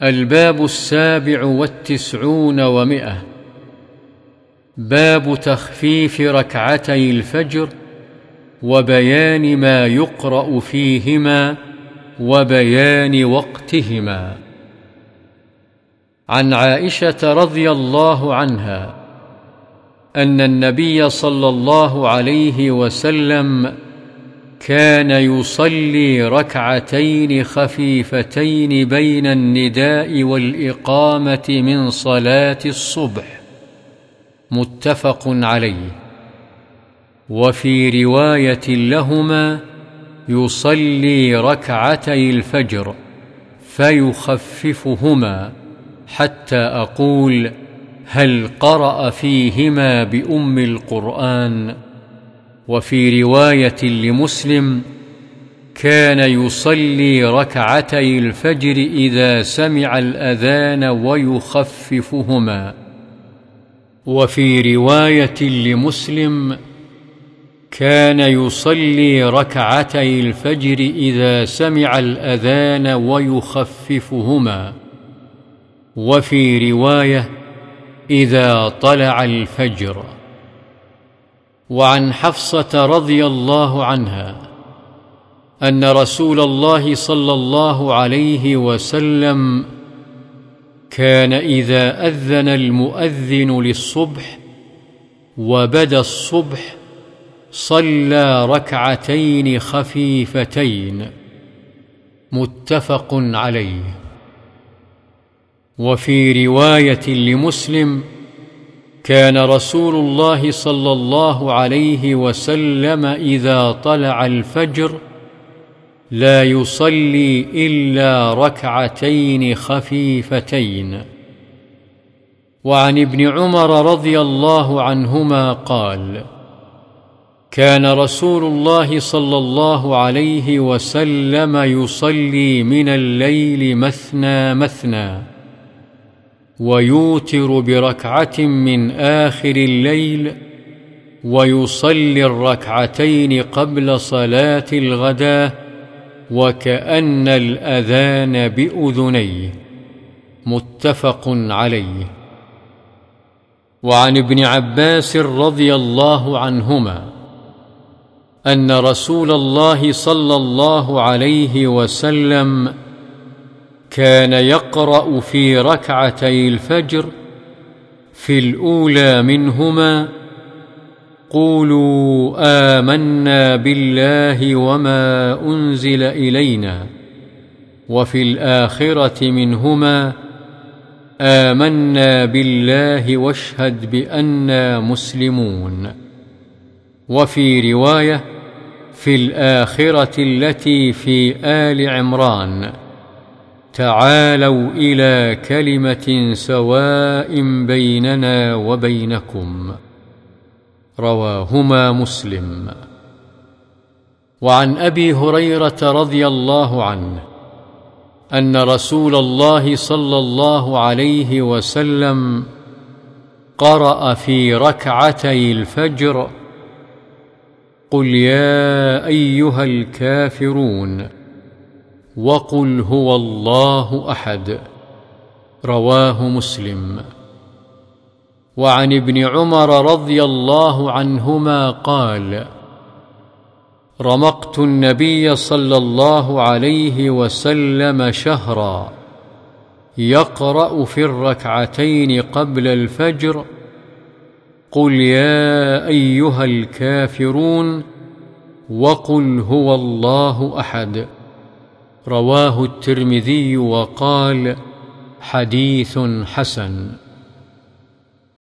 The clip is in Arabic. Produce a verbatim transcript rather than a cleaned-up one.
الباب السابع والتسعون ومئة. باب تخفيف ركعتي الفجر وبيان ما يقرأ فيهما وبيان وقتهما. عن عائشة رضي الله عنها أن النبي صلى الله عليه وسلم كان يصلي ركعتين خفيفتين بين النداء والإقامة من صلاة الصبح، متفق عليه. وفي رواية لهما يصلي ركعتي الفجر فيخففهما حتى أقول هل قرأ فيهما بأم القرآن. وفي رواية لمسلم كان يصلي ركعتي الفجر إذا سمع الأذان ويخففهما. وفي رواية لمسلم كان يصلي ركعتي الفجر إذا سمع الأذان ويخففهما. وفي رواية إذا طلع الفجر. وعن حفصة رضي الله عنها أن رسول الله صلى الله عليه وسلم كان إذا أذن المؤذن للصبح وبدا الصبح صلى ركعتين خفيفتين، متفق عليه. وفي رواية لمسلم كان رسول الله صلى الله عليه وسلم إذا طلع الفجر لا يصلي إلا ركعتين خفيفتين. وعن ابن عمر رضي الله عنهما قال: كان رسول الله صلى الله عليه وسلم يصلي من الليل مثنى مثنى، ويوتر بركعة من آخر الليل، ويصلي الركعتين قبل صلاة الغداة وكأن الأذان بأذنيه، متفق عليه. وعن ابن عباس رضي الله عنهما أن رسول الله صلى الله عليه وسلم كان يقرأ في ركعتي الفجر في الأولى منهما: قولوا آمنا بالله وما أنزل إلينا، وفي الآخرة منهما: آمنا بالله واشهد بأننا مسلمون. وفي رواية: في الآخرة التي في آل عمران: تعالوا إلى كلمة سواء بيننا وبينكم. رواهما مسلم. وعن أبي هريرة رضي الله عنه أن رسول الله صلى الله عليه وسلم قرأ في ركعتي الفجر: قل يا أيها الكافرون، وقل هو الله أحد. رواه مسلم. وعن ابن عمر رضي الله عنهما قال: رمقت النبي صلى الله عليه وسلم شهرا يقرأ في الركعتين قبل الفجر: قل يا أيها الكافرون، وقل هو الله أحد. رواه الترمذي وقال: حديث حسن.